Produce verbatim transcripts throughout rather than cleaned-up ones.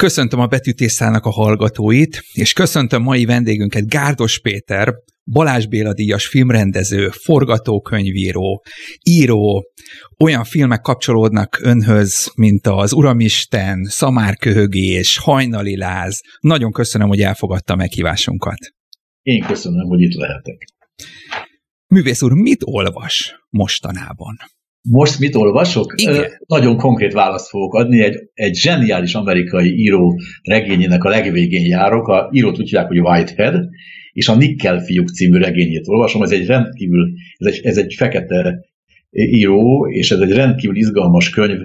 Köszöntöm a Betűtésztának a hallgatóit, és köszöntöm mai vendégünket, Gárdos Péter, Balázs Béla díjas filmrendező, forgatókönyvíró, író. Olyan filmek kapcsolódnak önhöz, mint az Uramisten, Szamárköhögés, Hajnali láz. Nagyon köszönöm, hogy elfogadta a meghívásunkat. Én köszönöm, hogy itt lehetek. Művész úr, mit olvas mostanában? Most mit olvasok? Igen. Nagyon konkrét választ fogok adni. Egy, egy zseniális amerikai író regényének a legvégén járok. A írót úgy hívják, hogy Whitehead, és a Nickel fiúk című regényét olvasom. Ez egy rendkívül, ez egy, ez egy fekete író, és ez egy rendkívül izgalmas könyv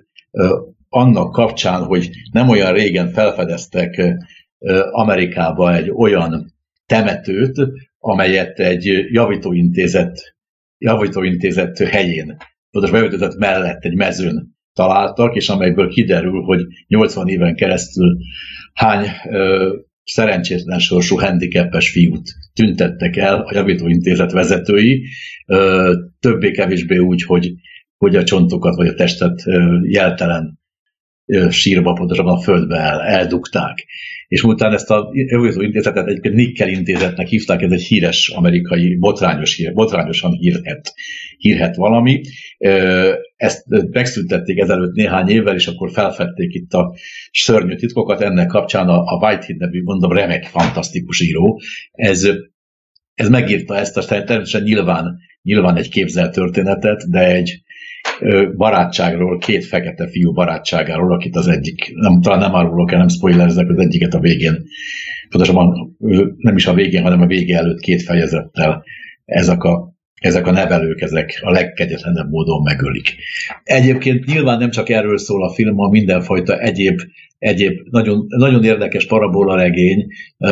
annak kapcsán, hogy nem olyan régen felfedeztek Amerikába egy olyan temetőt, amelyet egy javítóintézet, javítóintézet helyén, pontosan beöltözött mellett egy mezőn találtak, és amelyből kiderül, hogy nyolcvan éven keresztül hány ö, szerencsétlen sorsú handicapes fiút tüntettek el a javítóintézet vezetői, ö, többé-kevésbé úgy, hogy, hogy a csontokat vagy a testet ö, jeltelen ö, sírba, pontosabban a földbe el, eldugták. És utána ezt a javítóintézetet egyébként Nickel intézetnek hívták, ez egy híres amerikai, botrányos hír, botrányosan hírhet, hírhet valami. Ezt megszüntették ezelőtt néhány évvel, és akkor felfedték itt a szörnyű titkokat. Ennek kapcsán a, a Whitehead nevű, mondom, remek, fantasztikus író. Ez, ez megírta ezt, a természetesen nyilván, nyilván egy képzelt történetet, de egy barátságról, két fekete fiú barátságáról, akit az egyik, nem, talán nem árulok el, nem spoilerzek, az egyiket a végén, pontosabban nem is a végén, hanem a vége előtt két fejezettel ezek a, ezek a nevelők, ezek a legkegyetlenebb módon megölik. Egyébként nyilván nem csak erről szól a film, hanem mindenfajta egyéb, egyéb nagyon, nagyon érdekes parabola regény,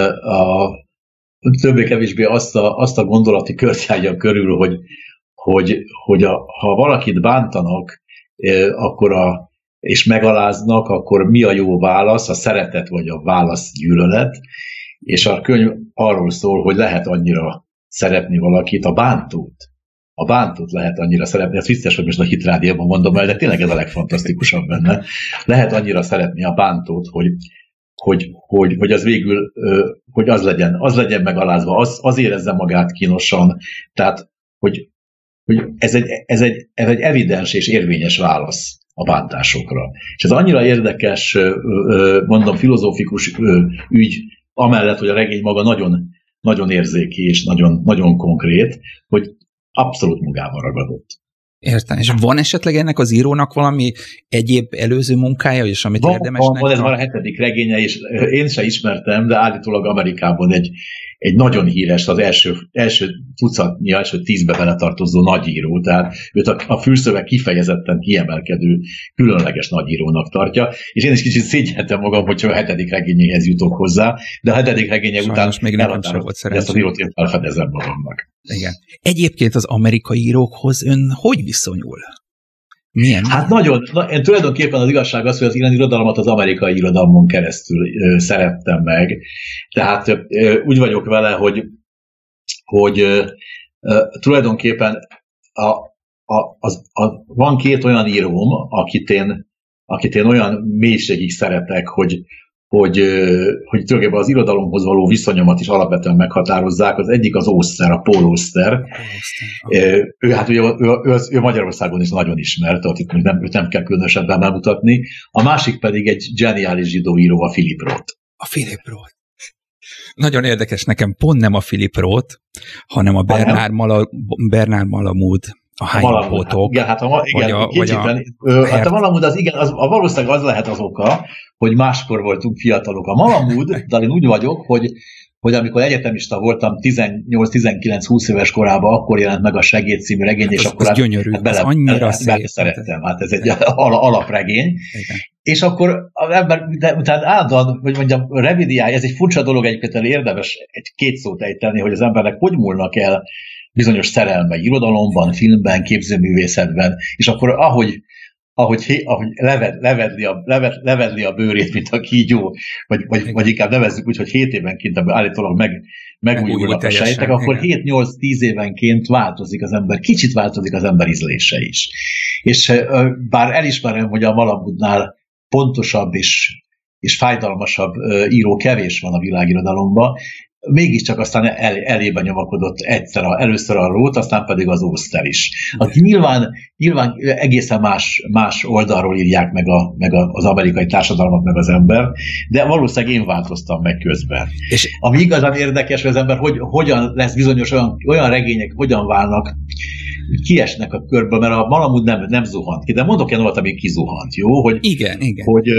a többé-kevésbé azt a, azt a gondolati kört járja körül, hogy hogy, hogy a, ha valakit bántanak akkor a, és megaláznak, akkor mi a jó válasz, a szeretet vagy a válasz gyűlölet, és a könyv arról szól, hogy lehet annyira szeretni valakit, a bántót, a bántót lehet annyira szeretni, ez vicces, hogy most a Hitrádióban mondom el, de tényleg ez a legfantasztikusabb benne, lehet annyira szeretni a bántót, hogy Hogy, hogy, hogy az végül, hogy az legyen, az legyen megalázva, az, az érezze magát kínosan, tehát, hogy hogy ez egy, ez, egy, ez egy evidens és érvényes válasz a bántásokra. És ez annyira érdekes, mondom, filozófikus ügy, amellett, hogy a regény maga nagyon, nagyon érzéki és nagyon, nagyon konkrét, hogy abszolút magába ragadott. Értem. És van esetleg ennek az írónak valami egyéb előző munkája is, amit van, érdemesnek? Van, van, ez már a hetedik regénye, és én se ismertem, de állítólag Amerikában egy, egy nagyon híres, az első, első tucatnyi, első tízbe beletartozó nagyíró, tehát őt a, a fülszöveg kifejezetten kiemelkedő, különleges nagyírónak tartja, és én is kicsit szégyeltem magam, hogyha a hetedik regényéhez jutok hozzá, de a hetedik regénye után elhatároztam, ezt az írót én felfedezem magamnak. Igen. Egyébként az amerikai írókhoz ön hogy viszonyul? Milyen? Hát nagyon, na, én tulajdonképpen az igazság az, hogy az ilyen irodalmat az amerikai irodalmon keresztül ö, szerettem meg. Tehát ö, úgy vagyok vele, hogy, hogy ö, ö, tulajdonképpen a, a, az, a, van két olyan íróm, akit én, akit én olyan mélységig szeretek, hogy hogy, hogy tulajdonképpen az irodalomhoz való viszonyomat is alapvetően meghatározzák. Az egyik az Auster, a Paul Auster. Ő, hát ő, ő, ő, ő Magyarországon is nagyon ismert, akit nem, őt nem kell különösebben bemutatni. A másik pedig egy zseniális zsidó író, a Philip Roth. A Philip Roth. Nagyon érdekes, nekem pont nem a Philip Roth, hanem a Bernard, Mala, Bernard Malamud. A hányapótok. Igen, hát a, igen, a, kétségtelen, a, hát a Malamud az igen, az, a valószínűleg az lehet az oka, hogy máskor voltunk fiatalok. A Malamud, de én úgy vagyok, hogy, hogy amikor egyetemista voltam tizennyolc-tizenkilenc-húsz éves korában, akkor jelent meg a Segéd című regény, hát és az, akkor az hát, gyönyörű, hát bele, az annyira bele, szép. Bele szerettem, hát ez egy alapregény. Igen. És akkor az ember utána állandóan, hogy mondjam, revidiálja, ez egy furcsa dolog egyébként, érdemes egy két szót ejteni, hogy az embernek hogy múlnak el bizonyos szerelmei irodalomban, filmben, képzőművészetben, és akkor ahogy, ahogy, ahogy leved, levedli, a, leved, levedli a bőrét, mint a kígyó, vagy, vagy, vagy inkább nevezzük úgy, hogy hét évenként állítólag meg, megújulnak a sejtek, akkor hét-nyolc-tíz évenként változik az ember, kicsit változik az ember ízlése is. És bár elismerem, hogy a Malamudnál pontosabb és és fájdalmasabb író kevés van a világirodalomban, mégiscsak aztán el, elébe nyomakodott egyszer a, először a Roth, aztán pedig az Auster is. Aki nyilván, nyilván egészen más, más oldalról írják meg, a, meg a, az amerikai társadalmat, meg az ember, de valószínűleg én változtam meg közben. És ami igazán érdekes, hogy az ember hogy, hogyan lesz bizonyos olyan, olyan regények, hogyan válnak, kiesnek a körből, mert a Malamud nem, nem zuhant ki, de mondok ilyen olyat, ami kizuhant, jó? Hogy, igen, igen. Hogy,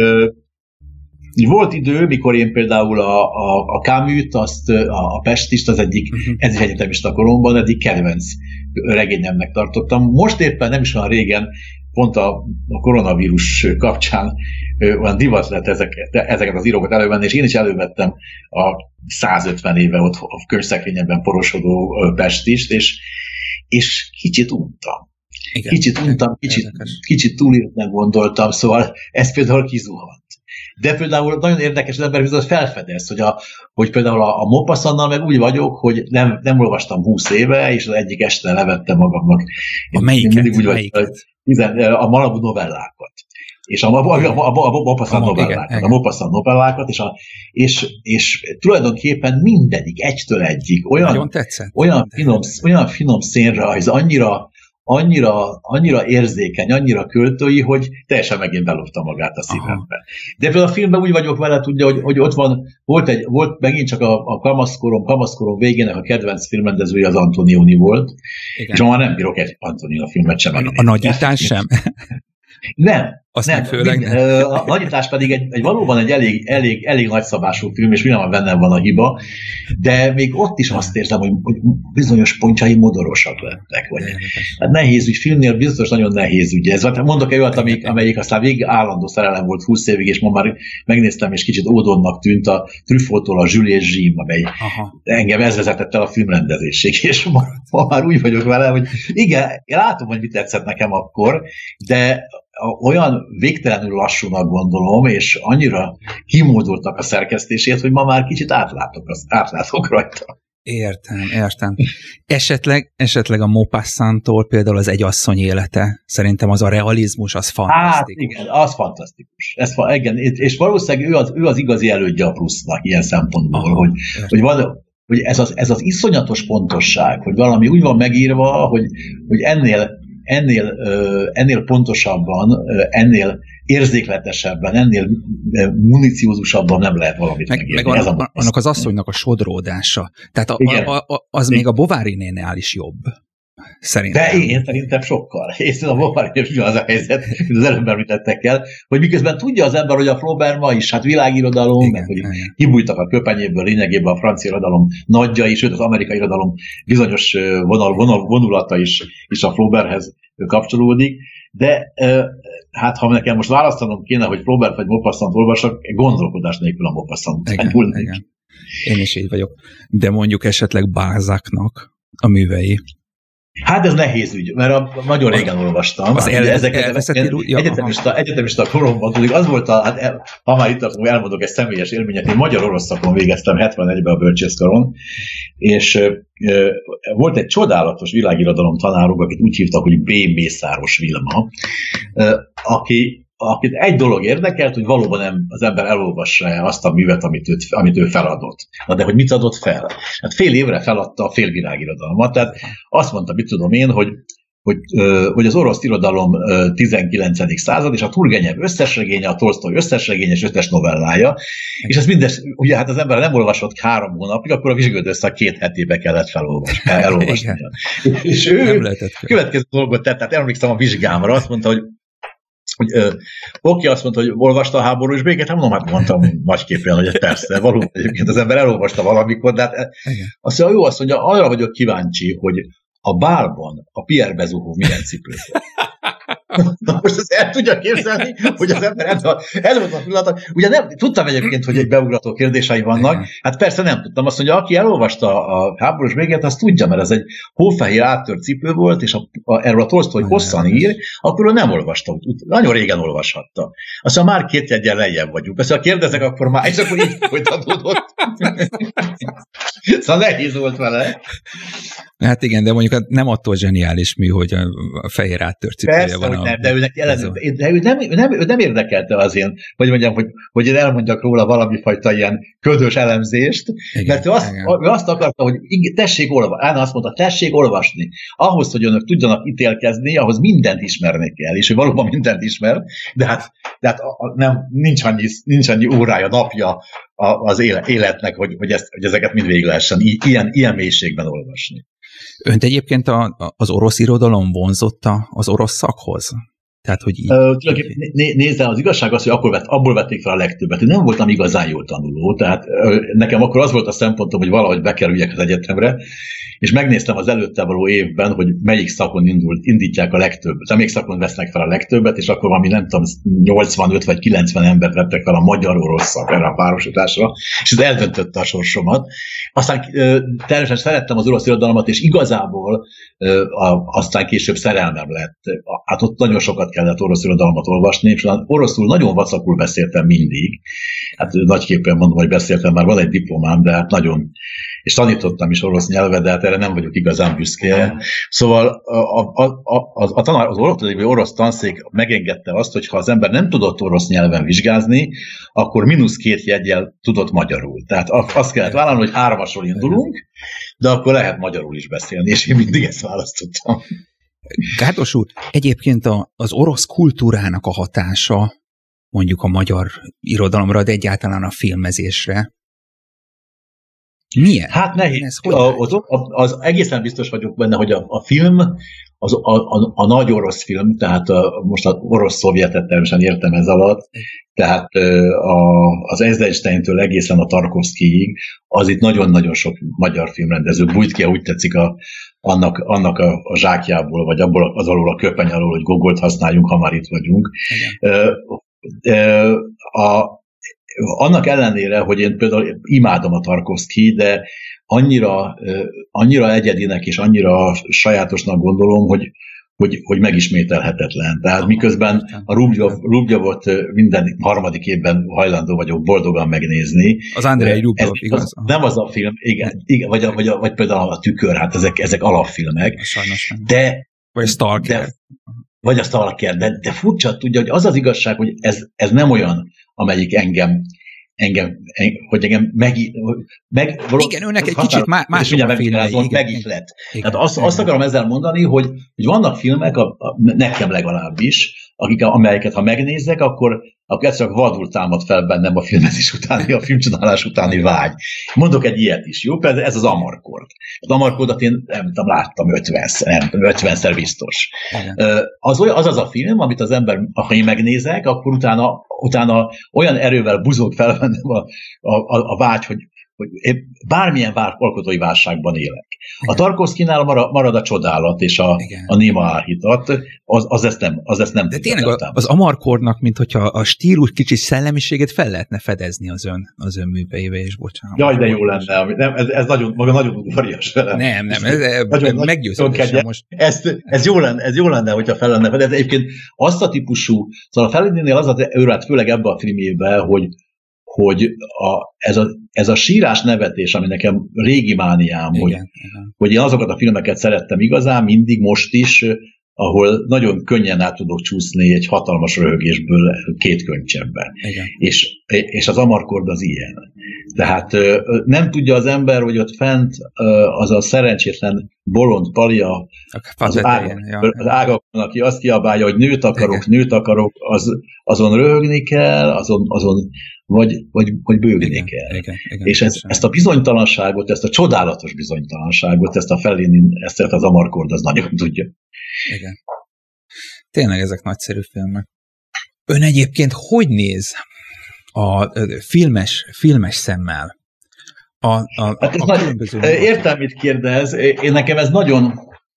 volt idő, mikor én például a, a, a Camus-t, azt, a, a Pestist, az egyik, uh-huh. ez is egyetemista koromban, eddig kedvenc regényemnek tartottam. Most éppen nem is olyan régen, pont a, a koronavírus kapcsán olyan divat lett ezeket, ezeket az írókat elővenni, és én is elővettem a százötven éve ott a könyvszekrényemben porosodó Pestist, és, és kicsit untam. Igen, kicsit untam, kicsit, kicsit túlírtnek gondoltam, szóval ez például kizuhant. De például nagyon érdekes, az ember bizony felfedez, hogy, a, hogy például a, a Maupassantnal meg úgy vagyok, hogy nem, nem olvastam húsz éve, és az egyik este levettem magamnak. A melyiket? Úgy melyiket? Vagy, a Malamud novellákat. És a, a, a, a, a Maupassant novellákat. A Maupassant novellákat, és, a, és, és tulajdonképpen mindegyik, egytől egyik. Olyan, olyan, finom, olyan finom színrajz, annyira Annyira, annyira érzékeny, annyira költői, hogy teljesen megint belopta magát a szívembe. De például a filmben úgy vagyok vele, tudja, hogy, hogy ott van, volt, egy, volt megint csak a, a kamaszkorom, kamaszkorom végének a kedvenc filmrendezője az Antonioni volt, igen. És már nem bírok egy Antonioni filmet sem. A, a nagyítás sem? Nem. Azt nem. Főleg nem. A nagyítás pedig egy, egy valóban egy elég, elég, elég nagyszabású film, és mindenben bennem van a hiba, de még ott is azt érzem, hogy, hogy bizonyos pontjai modorosak lettek. Vagy. Hát nehéz ügy, filmnél biztos nagyon nehéz ügy ez. Mondok egy olyat, amelyik, amelyik aztán végig állandó szerelem volt húsz évig, és ma már megnéztem, és kicsit ódonnak tűnt a Truffautól a Jules és Jim, amely aha. engem ez vezetett el a filmrendezésig, és ma, ma már úgy vagyok vele, hogy igen, én látom, hogy mit tetszett nekem akkor, de olyan végtelenül lassúnak gondolom, és annyira kimódultak a szerkesztését, hogy ma már kicsit átlátok, átlátok rajta. Értem, értem. Esetleg, esetleg a Maupassant-tól például az Egy asszony élete. Szerintem az a realizmus, az fantasztikus. Hát igen, az fantasztikus. Ez, igen, és valószínűleg ő az, ő az igazi elődje a Proustnak ilyen szempontból, aha, hogy, hogy van, hogy ez az, ez az iszonyatos pontosság, hogy valami úgy van megírva, hogy, hogy ennél Ennél, ennél pontosabban, ennél érzékletesebben, ennél municiózusabban nem lehet valamit meg, megírni. Meg annak, annak az asszonynak a sodródása. Tehát a, a, a, az még a Bovary-nénál is jobb. Szerintem. De én szerintem sokkal. És a Bovary is az a helyzet, hogy az előbb említettek el, hogy miközben tudja az ember, hogy a Flaubert ma is, hát világirodalom, igen, meg, hogy igen. Kibújtak a köpenyéből lényegében a francia irodalom nagyjai, sőt az amerikai irodalom bizonyos vonal, vonal, vonulata is, is a Flauberthez kapcsolódik, de hát ha nekem most választanom kéne, hogy Flaubert vagy Maupassant olvasok, gondolkodás nélkül a Maupassant. Igen, igen. Én is így vagyok. De mondjuk esetleg Balzacnak a művei. Hát ez nehéz ügy, mert a, nagyon régen olvastam. Az el, ezeket ja, egyetemista, egyetemista koromban, tudjuk, az volt a, hát el, ha már itt akkor elmondok egy személyes élményet, én magyar-orosz szakon végeztem hetvenegyben a bölcsészkaron, és e, volt egy csodálatos világirodalom tanárunk, akit úgy hívtak, hogy B. Mészáros Vilma, e, aki akit egy dolog érdekelt, hogy valóban nem, az ember elolvassa azt a művet, amit ő, amit ő feladott. Na de hogy mit adott fel? Hát fél évre feladta a félvilágirodalmat, tehát azt mondta, mit tudom én, hogy, hogy, hogy az orosz irodalom tizenkilencedik század, és a Turgenev összes regénye, a Tolsztoj összes regénye és összes novellája, és ez mindez, ugye hát az ember nem olvasott három hónapig, akkor a vizsgődösszak két hetébe kellett felolvasni, elolvasni. És ő következő dolgot tett, tehát emlékszem a vizsgámra, azt mondta, hogy hogy ö, oké, azt mondta, hogy olvasta a Háború és békét, hát mondom, hát mondtam nagyképpen, hogy persze, valóban egyébként az ember elolvasta valamikor, de hát azt mondja, jó, azt mondja, arra vagyok kíváncsi, hogy a bálban a Pierre Bezukhov milyen cipőt. Na most ezt el tudja képzelni, hogy az ember előtt a pillanatok. Ugye nem, tudtam egyébként, hogy egy beugrató kérdései vannak, hát persze nem tudtam. Azt mondja, aki elolvasta a Háborús végét, azt tudja, mert ez egy hófehér áttört cipő volt, és a, a, erről a Tolsztoj hosszan ír, akkor ő nem olvasta, nagyon régen olvashatta. Azt mondja, már két jegyen lejjebb vagyunk. Persze, ha kérdezek, akkor már, és akkor így folytatódott. Szóval nehéz volt vele. Hát igen, de mondjuk nem attól zseniális mű, hogy a fehér áttört cipője van. a... Nem, de, őnek jelen, de ő, nem, ő, nem, ő nem érdekelte az én, hogy mondjam, hogy, hogy én elmondjak róla valami fajta ilyen ködös elemzést, igen, mert ő azt, ő azt akarta, hogy tessék olvasni, Ána azt mondta, tessék olvasni. Ahhoz, hogy önök tudjanak ítélkezni, ahhoz mindent ismerni kell, és ő valóban mindent ismer, de hát, de hát nem, nincs, annyi, nincs annyi órája, napja az életnek, hogy, hogy, ezt, hogy ezeket mind végig lehessen ilyen, ilyen mélységben olvasni. Önt egyébként a, az orosz irodalom vonzotta az orosz szakhoz? Tehát, hogy így... Uh, né, nézze, az igazság az, hogy akkor vett, abból vették fel a legtöbbet. Én nem voltam igazán jól tanuló, tehát uh, nekem akkor az volt a szempontom, hogy valahogy bekerüljek az egyetemre, és megnéztem az előtte való évben, hogy melyik szakon indult, indítják a legtöbbet, melyik szakon vesznek fel a legtöbbet, és akkor valami nem tudom, nyolcvanöt vagy kilencven embert vettek fel a magyar-orosz szak erre a párosításra, és ez eldöntötte a sorsomat. Aztán uh, természetesen szerettem az orosz irodalmat, és igazából uh, a, aztán később szerelmem lett. Hát ott nagyon sokat kellett orosz irodalmat olvasni, és oroszul nagyon vacakul beszéltem mindig. Hát nagyképpen mondom, hogy beszéltem, már van egy diplomám, de hát nagyon, és tanítottam is orosz nyelvet, de hát erre nem vagyok igazán büszke. Szóval a, a, a, a, a tanár, az orosz, orosz tanszék megengedte azt, hogy ha az ember nem tudott orosz nyelven vizsgázni, akkor mínusz két jeggyel tudott magyarul. Tehát azt kellett vállalni, hogy hármasról indulunk, de akkor lehet magyarul is beszélni, és én mindig ezt választottam. Gárdos úr, egyébként a, az orosz kultúrának a hatása mondjuk a magyar irodalomra, de egyáltalán a filmezésre milyen? Hát nehéz. A, az, az egészen biztos vagyok benne, hogy a, a film, az, a, a, a nagy orosz film, tehát a, most az orosz-szovjetet természetesen értem ez alatt, tehát a, az Eisensteintől egészen a Tarkovszkijig, az itt nagyon-nagyon sok magyar filmrendező bújt ki, úgy tetszik a, annak, annak a, a zsákjából, vagy abból az alól a köpeny alól, hogy Gogolt használjunk, ha már itt vagyunk. A, annak ellenére, hogy én például imádom a Tarkovszkijt, de annyira, annyira egyedinek és annyira sajátosnak gondolom, hogy, hogy, hogy megismételhetetlen. Tehát miközben a Rubljovot minden harmadik évben hajlandó vagyok boldogan megnézni. Az Andrei Rubljov, igaz? Az, nem az a film, igen, igen vagy, a, vagy, a, vagy például a Tükör, hát ezek, ezek alapfilmek. Sajnos nem. De, vagy a Stalker. De, vagy a Stalker, de, de furcsa tudja, hogy az az igazság, hogy ez, ez nem olyan, amelyik engem, engem, hogy engem meg... meg igen, önnek egy kicsit má, mások a filmei. Megihlet. Tehát azt, igen. azt akarom ezzel mondani, hogy, hogy vannak filmek, a, a, nekem legalábbis, akik, amelyeket ha megnézek, akkor, akkor ez csak vadul támad fel bennem a filmezés utáni, a filmcsinálás utáni vágy. Mondok egy ilyet is, jó? Például ez az Amarcord. Az Amarcordat én nem tudom, láttam ötvenszer, nem tudom, ötvenszer biztos. Az, az az a film, amit az ember, ha én megnézek, akkor utána, utána olyan erővel buzog fel bennem a, a, a vágy, hogy hogy bármilyen vár, alkotói válságban élek. A Tarkovszkijnál marad, marad a csodálat és a, a néma áhítat, az, az ezt nem az ezt nem de tényleg a, az Amarkordnak, mint hogyha a stílus kicsi szellemiségét fel lehetne fedezni az ön, az ön műveibe, és bocsánat. Jaj, de jó lenne. Nem, ez, ez nagyon, maga nagyon udvarias velem. Nem, nem, ez nagyon, meggyőződésem most. Ez, ez, jó lenne, ez jó lenne, hogyha fel lenne fedezni. Egyébként azt a típusú, szóval a Fellininél az az őrát, főleg ebbe a filmjében, hogy hogy a, ez, a, ez a sírás nevetés, ami nekem régi mániám, igen, hogy, igen. hogy én azokat a filmeket szerettem igazán, mindig, most is, ahol nagyon könnyen át tudok csúszni egy hatalmas röhögésből két könycsebbbe. És, és az Amarcord az ilyen. Tehát nem tudja az ember, hogy ott fent az a szerencsétlen bolond Palia az, ág, ja. az ágakon, aki azt kiabálja, hogy nőt akarok, igen. nőt akarok, az, azon röhögni kell, azon, azon vagy, vagy, vagy bőgni igen, kell. Igen, igen, és ez, ezt a bizonytalanságot, ezt a csodálatos bizonytalanságot, ezt a Fellini, ezt az Amarcord az nagyon tudja. Igen. Tényleg ezek nagyszerű filmek. Ön egyébként hogy néz a filmes, filmes szemmel? A, a, hát ez a nagy, értem, mit kérdez. Én nekem ez nagyon,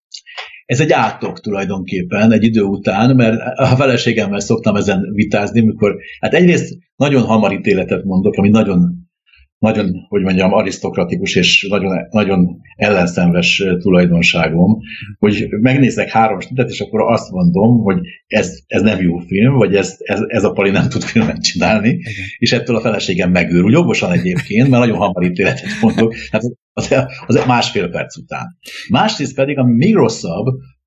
ez egy átok tulajdonképpen egy idő után, mert a feleségemmel szoktam ezen vitázni, mikor, hát egyrészt nagyon hamar ítéletet mondok, ami nagyon, nagyon, hogy mondjam, arisztokratikus és nagyon, nagyon ellenszenves tulajdonságom, hogy megnézek három snitet, és akkor azt mondom, hogy ez, ez nem jó film, vagy ez, ez, ez a Pali nem tud filmet csinálni, igen. és ettől a feleségem megőrül. Jogosan egyébként, mert nagyon hamar ítéletet mondok, hát az, az másfél perc után. Másrészt pedig, ami még rosszabb,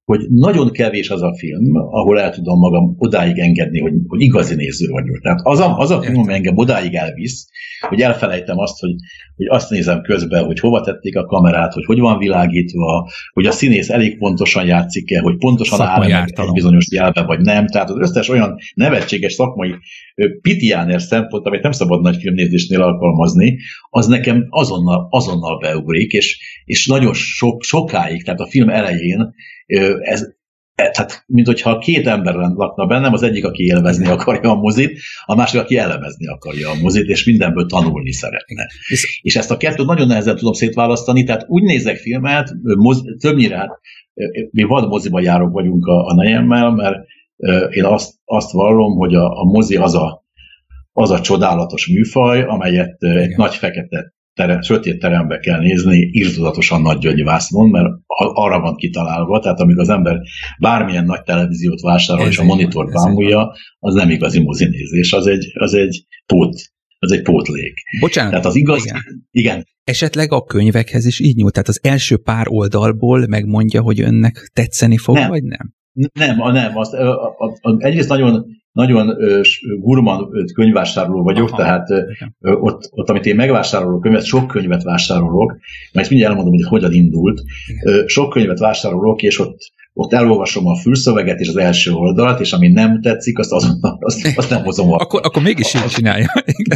hogy nagyon kevés az a film, ahol el tudom magam odáig engedni, hogy, hogy igazi néző vagyok. Tehát az a, az a film, ami engem odáig elvisz, hogy elfelejtem azt, hogy, hogy azt nézem közben, hogy hova tették a kamerát, hogy hogy van világítva, hogy a színész elég pontosan játszik-e, hogy pontosan áll egy bizonyos jelbe, vagy nem. Tehát az összes olyan nevetséges szakmai pitiáner szempont, amit nem szabad nagy filmnézésnél alkalmazni, az nekem azonnal, azonnal beugrik, és, és nagyon sok, sokáig, tehát a film elején ez, tehát, mint hogyha két ember lakna bennem, az egyik, aki élvezni akarja a mozit, a másik, aki elemezni akarja a mozit, és mindenből tanulni szeretne. És, és ezt a kettőt nagyon nehezen tudom szétválasztani, tehát úgy nézek filmet, moz, többnyire, hát mi vad moziba járok vagyunk a, a nejemmel, mert én azt, azt vallom, hogy a, a mozi az a, az a csodálatos műfaj, amelyet Igen. egy nagy fekete Tere, sötét terembe kell nézni, irtózatosan nagy gyöngyvásznon, mert arra van kitalálva, tehát amíg az ember bármilyen nagy televíziót vásárol, ez és a monitort bámulja, az nem igazi mozinézés, az egy, az egy pót, az egy pótlék. Bocsánat. Tehát az igaz, igen. igen. Esetleg a könyvekhez is így nyújt, tehát az első pár oldalból megmondja, hogy önnek tetszeni fog, nem. vagy nem? Nem, nem. Azt, a, a, a, egyrészt nagyon nagyon gurman könyvvásároló vagyok, Aha, tehát ott, ott, amit én megvásárolok könyvet, sok könyvet vásárolok, mert ezt mindjárt elmondom, hogy hogyan indult. Igen. Sok könyvet vásárolok, és ott, ott elolvasom a fülszöveget és az első oldalt, és ami nem tetszik, azt, azonnal, azt, azt nem hozom. akkor, akkor mégis így csinálja.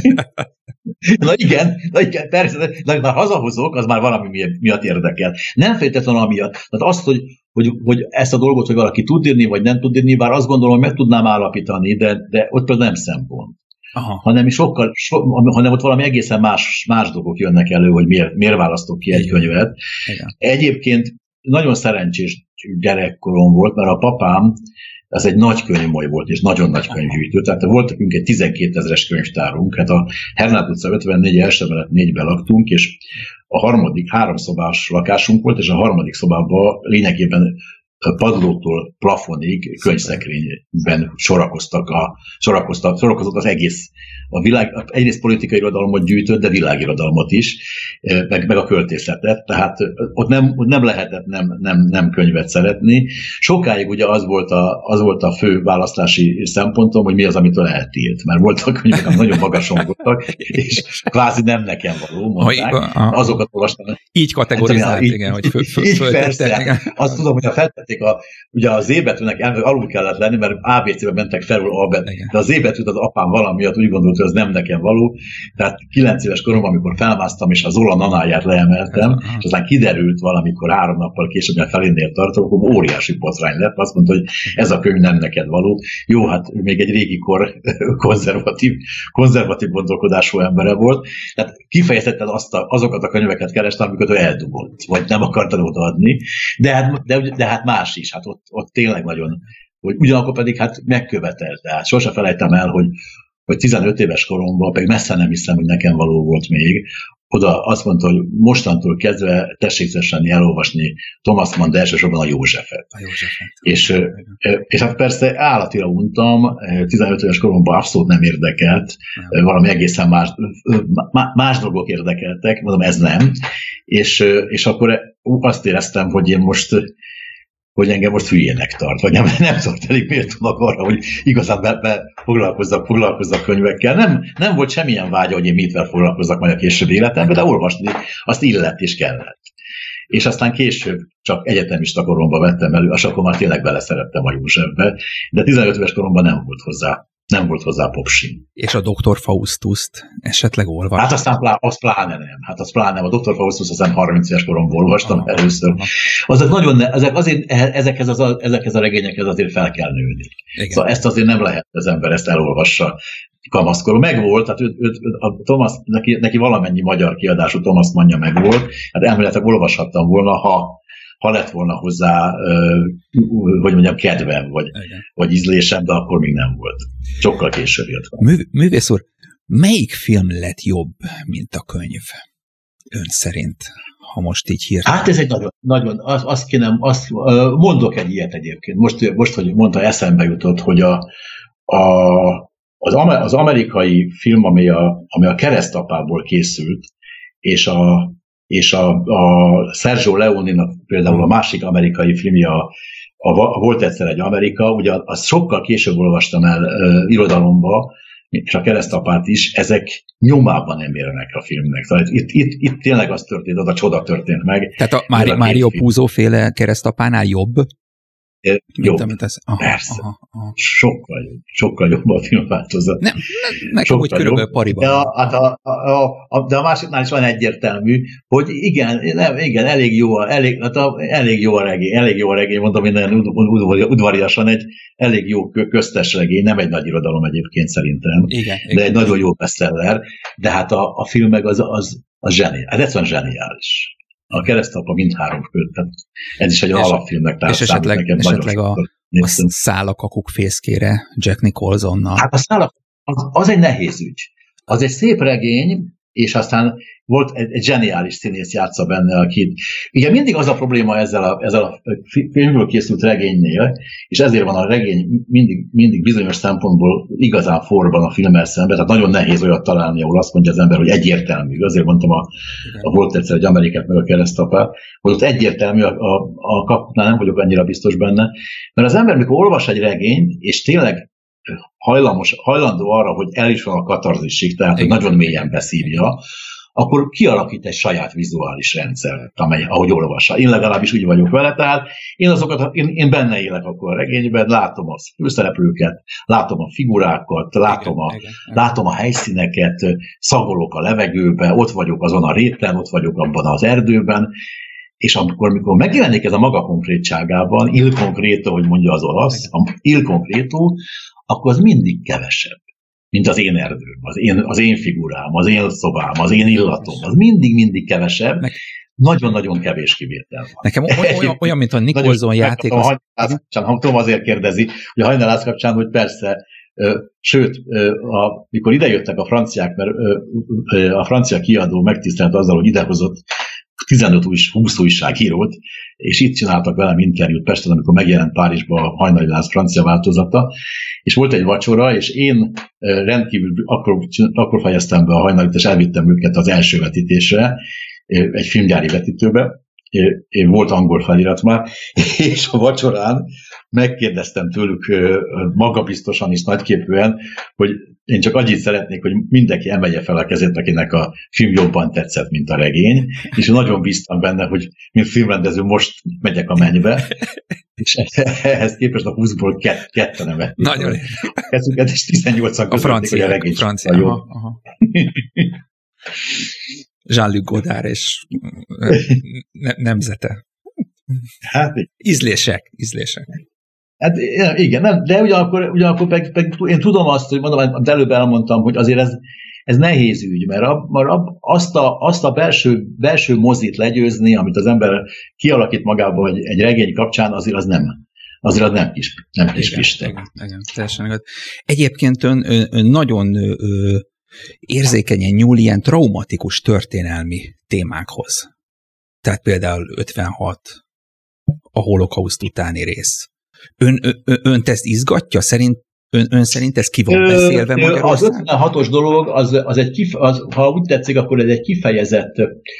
Na igen, na igen, persze, de már hazahozok, az már valami miatt érdekel. Nem feltétlenül amiatt. Tehát azt, hogy Hogy, hogy ezt a dolgot, hogy valaki tud írni, vagy nem tud írni, bár azt gondolom, hogy meg tudnám állapítani, de, de ott például nem szempont. Aha. Hanem, sokkal, so, hanem ott valami egészen más, más dolgok jönnek elő, hogy miért, miért választok ki egy könyvet. Igen. Egyébként nagyon szerencsés gyerekkorom volt, mert a papám az egy nagy könyvmoly volt, és nagyon nagy könyvgyűjtő. Tehát volt nekünk egy tizenkétezres könyvtárunk, hát a Hernát utca ötvennégy első emelet négyben laktunk, és a harmadik háromszobás lakásunk volt, és a harmadik szobában lényegében padlótól plafonig könyvszekrényben sorakoztak a, sorakoztak, sorakozott az egész, a világ, egyrészt politikai irodalmat gyűjtött, de világirodalmat is, meg, meg a költészetet, tehát ott nem, ott nem lehetett nem, nem, nem könyvet szeretni. Sokáig ugye az volt, a, az volt a fő választási szempontom, hogy mi az, amitől eltilt, mert voltak könyvek, amik nagyon magasan voltak, és kvázi nem nekem való, mondták. Azokat olvastam. Így kategorizált, így, igen, hogy föl, föl, így föl, persze. Igen. Azt tudom, hogy a feltették a, ugye a Z betűnek alul kellett lenni, mert á bé cé-ben mentek felül A betű, de a Z betűt az apám valamiatt úgy gondolt, hogy az nem nekem való. Tehát kilenc éves koromban, amikor felmásztam, és a Zola nanáját leemeltem, uh-huh. és aztán kiderült valamikor három nappal később, mert felénél tartok, akkor óriási botrány lett. Azt mondta, hogy ez a könyv nem neked való. Jó, hát még egy régi kor konzervatív, konzervatív gondolkodású embere volt. Tehát kifejezetten azt a, azokat a könyveket kerestem, amiket ő eldugott, vagy nem akartad odaadni. De hát, de, de hát más is, hát ott, ott tényleg nagyon, hogy ugyanakkor pedig hát megkövetelt. Tehát sose felejtem el, hogy hogy tizenöt éves koromban, pedig messze nem hiszem, hogy nekem való volt még, oda azt mondta, hogy mostantól kezdve tessék szessenni elolvasni Thomas Mann, de elsősorban a Józsefet. A Józsefet. És, és hát persze állatira untam, tizenöt éves koromban abszolút nem érdekelt, nem. valami egészen más, más dolgok érdekeltek, mondom, ez nem. És, és akkor azt éreztem, hogy én most hogy engem most hülyének tart, vagy nem, nem tart elég méltónak arra, hogy igazán be, be foglalkozzak, foglalkozzak könyvekkel. Nem, nem volt semmilyen vágya, hogy én mitvel foglalkozzak majd a később életemben, de olvasni azt illett és kellett. És aztán később csak egyetemista koromban vettem elő, és akkor már tényleg beleszerettem a Józsefbe, de tizenöt éves koromban nem volt hozzá. Nem volt hozzá popsin. És a doktor Faustuszt esetleg olvastam? Hát aztán plá, az pláne nem. Hát az pláne nem. A doktor Faustus aztán harminc éves koromban olvastam ah, először. Ah. Azok nagyon, ezek, azért, ezekhez, az, ezekhez a regényekhez azért fel kell nőni. Igen. Szóval ezt azért nem lehet, az ember ezt elolvassa kamaszkoron. Megvolt, tehát ő, ő, a Thomas, neki, neki valamennyi magyar kiadású Thomas Mannja megvolt. Hát elméletileg olvashattam volna, ha ha lett volna hozzá, hogy mondjam, kedvem, vagy, vagy ízlésem, de akkor még nem volt. Sokkal később jött. Mű, művész úr, melyik film lett jobb, mint a könyv? Ön szerint, ha most így hirtelen. Hát ez egy nagyon, nagyon azt, azt kéne, azt, mondok egy ilyet egyébként. Most, most hogy mondta, eszembe jutott, hogy a, a, az, az amerikai film, ami a, ami a Keresztapából készült, és a és a, a Sergio Leone-nak például a másik amerikai filmje, a, a Volt egyszer egy Amerika, ugye azt sokkal később olvastam el uh, irodalomba, és a Keresztapát is, ezek nyomában nem érnek a filmnek. Szóval itt, itt, itt tényleg az történt, az a csoda történt meg. Tehát a Mári, Mário Puzo féle Keresztapánál jobb? Jobb. Mint ez? Aha, persze. Aha, aha. Sokkal jobb. Sokkal jobb a filmváltozat. Nem, nekem úgy körülbelül pariban. De a, a, a, a, de a másiknál is van egyértelmű, hogy igen, nem, igen, elég jó, elég, hát a, elég jó a regény, elég jó a regény, mondom minden udvariasan, egy elég jó köztes regény, nem egy nagy irodalom egyébként szerintem, igen, de igen. Egy nagyon jó bestseller, de hát a, a film meg az, az, az zseniális, ez egyszerűen zseniális. A Keresztapa mindhárom kötet. Ez is egy és, alapfilmnek. És esetleg, esetleg a, a Szálakakuk fészkére Jack Nicholsonnal. Hát a Szálak az, az egy nehéz ügy. Az egy szép regény, és aztán volt egy, egy zseniális színész játsza benne, akit. Ugye mindig az a probléma ezzel a, ezzel a filmből készült regénynél, és ezért van a regény mindig, mindig bizonyos szempontból igazán forban a filmmel szemben, tehát nagyon nehéz olyat találni, ahol azt mondja az ember, hogy egyértelmű. Azért mondtam, a, a Volt egyszer egy Amerikát, meg a Keresztapát, hogy ott egyértelmű, a, a, a kapnál nem vagyok annyira biztos benne, mert az ember, mikor olvas egy regényt, és tényleg hajlamos, hajlandó arra, hogy el is van a katarzisig, tehát hogy nagyon mélyen beszívja, akkor kialakít egy saját vizuális rendszert, amely, ahogy olvassa. Én legalábbis úgy vagyok vele, tehát én azokat, én, én benne élek akkor a regényben, látom a főszereplőket, látom a figurákat, látom a, igen, igen. látom a helyszíneket, szagolok a levegőbe, ott vagyok azon a réten, ott vagyok abban az erdőben, és amikor, amikor megjelenik ez a maga konkrétságában, il concreto, hogy mondja az olasz, il concreto, akkor az mindig kevesebb, mint az én erdőm, az én, az én figurám, az én szobám, az én illatom, az mindig-mindig kevesebb, Nek... nagyon-nagyon kevés kivétel van. Nekem olyan, olyan mint a Nicholson játék. Az... Ha Tom azért kérdezi, hogy a Hajnalház kapcsán, hogy persze, sőt, a, mikor idejöttek a franciák, mert a francia kiadó megtisztelt azzal, hogy idehozott tizenöt húsz újságírót, és itt csináltak velem interjút Pesten, amikor megjelent Párizsba a Hajnali Láz francia változata, és volt egy vacsora, és én rendkívül, akkor, akkor fejeztem be a Hajnalit, és elvittem őket az első vetítésre, egy filmgyári vetítőbe, volt angol felirat már, és a vacsorán megkérdeztem tőlük magabiztosan és nagyképűen, hogy én csak annyit szeretnék, hogy mindenki emelje fel a kezét, akinek a film jobban tetszett, mint a regény, és nagyon bíztam benne, hogy mint filmrendező most megyek a mennybe, és ehhez képest a húszból kett, ketten emelték. Nagyon a kezüket, és tizennyolcan közötték, hogy a regény francia, jó. Aha, aha. Jean-Luc Godard és ne- nemzete. Hát, ízlések, ízlések. Hát igen, nem, de ugyanakkor, ugyanakkor meg, meg, én tudom azt, hogy mondom, amit előbb elmondtam, hogy azért ez, ez nehéz ügy, mert, a, mert a, azt a, azt a belső, belső mozit legyőzni, amit az ember kialakít magában egy, egy regény kapcsán, azért az nem, azért az nem kis, nem kis Isten. Igen, igen, teljesen igaz. Egyébként ön, ön, ön nagyon ö, érzékenyen nyúl ilyen traumatikus történelmi témákhoz. Tehát például ötvenhat, a holokauszt utáni rész. Ön, ön, önt ezt izgatja? Szerint, ön, ön szerint ez ki van beszélve Magyarországon? Az ötvenhatos dolog, az, az egy kif, az, ha úgy tetszik, akkor ez egy kifejezett,